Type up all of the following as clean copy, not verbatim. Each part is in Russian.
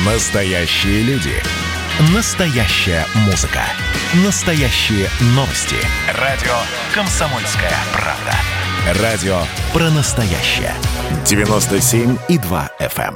Настоящие люди. Настоящая музыка. Настоящие новости. Радио «Комсомольская правда». Радио про настоящее. 97,2 FM.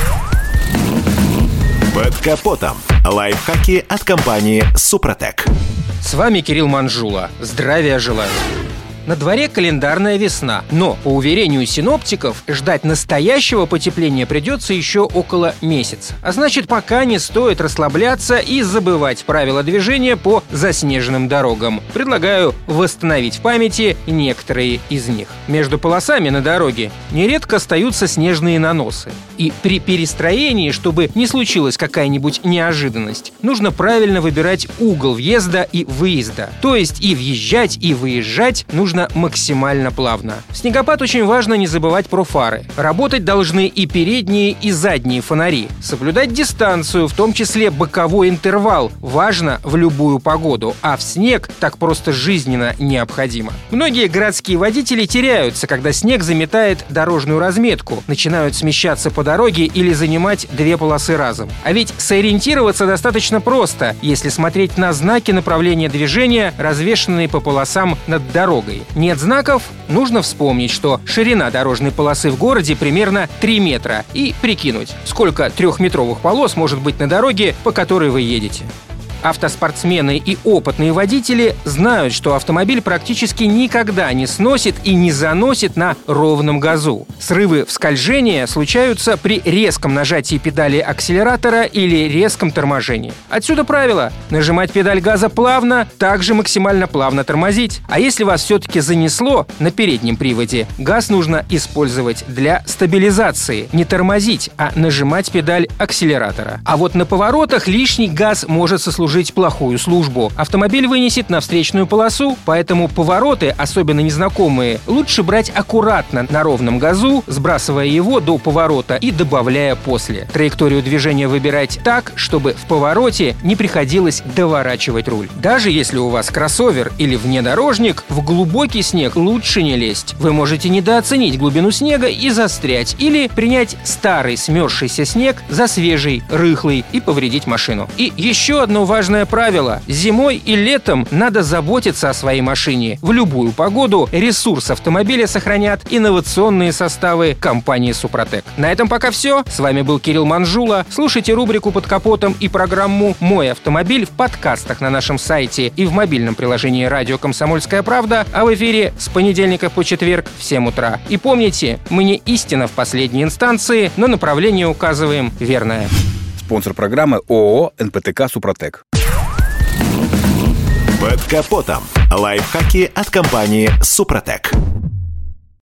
Под капотом. Лайфхаки от компании «Супротек». С вами Кирилл Манжула. Здравия желаю. На дворе календарная весна, но, по уверению синоптиков, ждать настоящего потепления придется еще около месяца. А значит, пока не стоит расслабляться и забывать правила движения по заснеженным дорогам. Предлагаю восстановить в памяти некоторые из них. Между полосами на дороге нередко остаются снежные наносы. И при перестроении, чтобы не случилась какая-нибудь неожиданность, нужно правильно выбирать угол въезда и выезда. То есть и въезжать, и выезжать нужно максимально плавно. В снегопад очень важно не забывать про фары. Работать должны и передние, и задние фонари. Соблюдать дистанцию, в том числе боковой интервал, важно в любую погоду, а в снег так просто жизненно необходимо. Многие городские водители теряются, когда снег заметает дорожную разметку, начинают смещаться по дороге или занимать две полосы разом. А ведь сориентироваться достаточно просто, если смотреть на знаки направления движения, развешанные по полосам над дорогой. Нет знаков? Нужно вспомнить, что ширина дорожной полосы в городе примерно 3 метра и прикинуть, сколько 3-метровых полос может быть на дороге, по которой вы едете. Автоспортсмены и опытные водители знают, что автомобиль практически никогда не сносит и не заносит на ровном газу. Срывы в скольжении случаются при резком нажатии педали акселератора или резком торможении. Отсюда правило: нажимать педаль газа плавно, также максимально плавно тормозить. А если вас все-таки занесло на переднем приводе, газ нужно использовать для стабилизации. Не тормозить, а нажимать педаль акселератора. А вот на поворотах лишний газ может сослужить плохую службу. Автомобиль вынесет на встречную полосу, поэтому повороты, особенно незнакомые, лучше брать аккуратно на ровном газу, сбрасывая его до поворота и добавляя после. Траекторию движения выбирать так, чтобы в повороте не приходилось доворачивать руль. Даже если у вас кроссовер или внедорожник, в глубокий снег лучше не лезть. Вы можете недооценить глубину снега и застрять, или принять старый смерзшийся снег за свежий, рыхлый и повредить машину. И еще одно важное правило: зимой и летом надо заботиться о своей машине. В любую погоду ресурс автомобиля сохранят инновационные составы компании «Супротек». На этом пока все. С вами был Кирилл Манжула. Слушайте рубрику «Под капотом» и программу «Мой автомобиль» в подкастах на нашем сайте и в мобильном приложении «Радио Комсомольская правда», а в эфире с понедельника по четверг в 7 утра. И помните, мы не истина в последней инстанции, но направление указываем верное. Спонсор программы ООО «НПТК Супротек». Под капотом. Лайфхаки от компании «Супротек».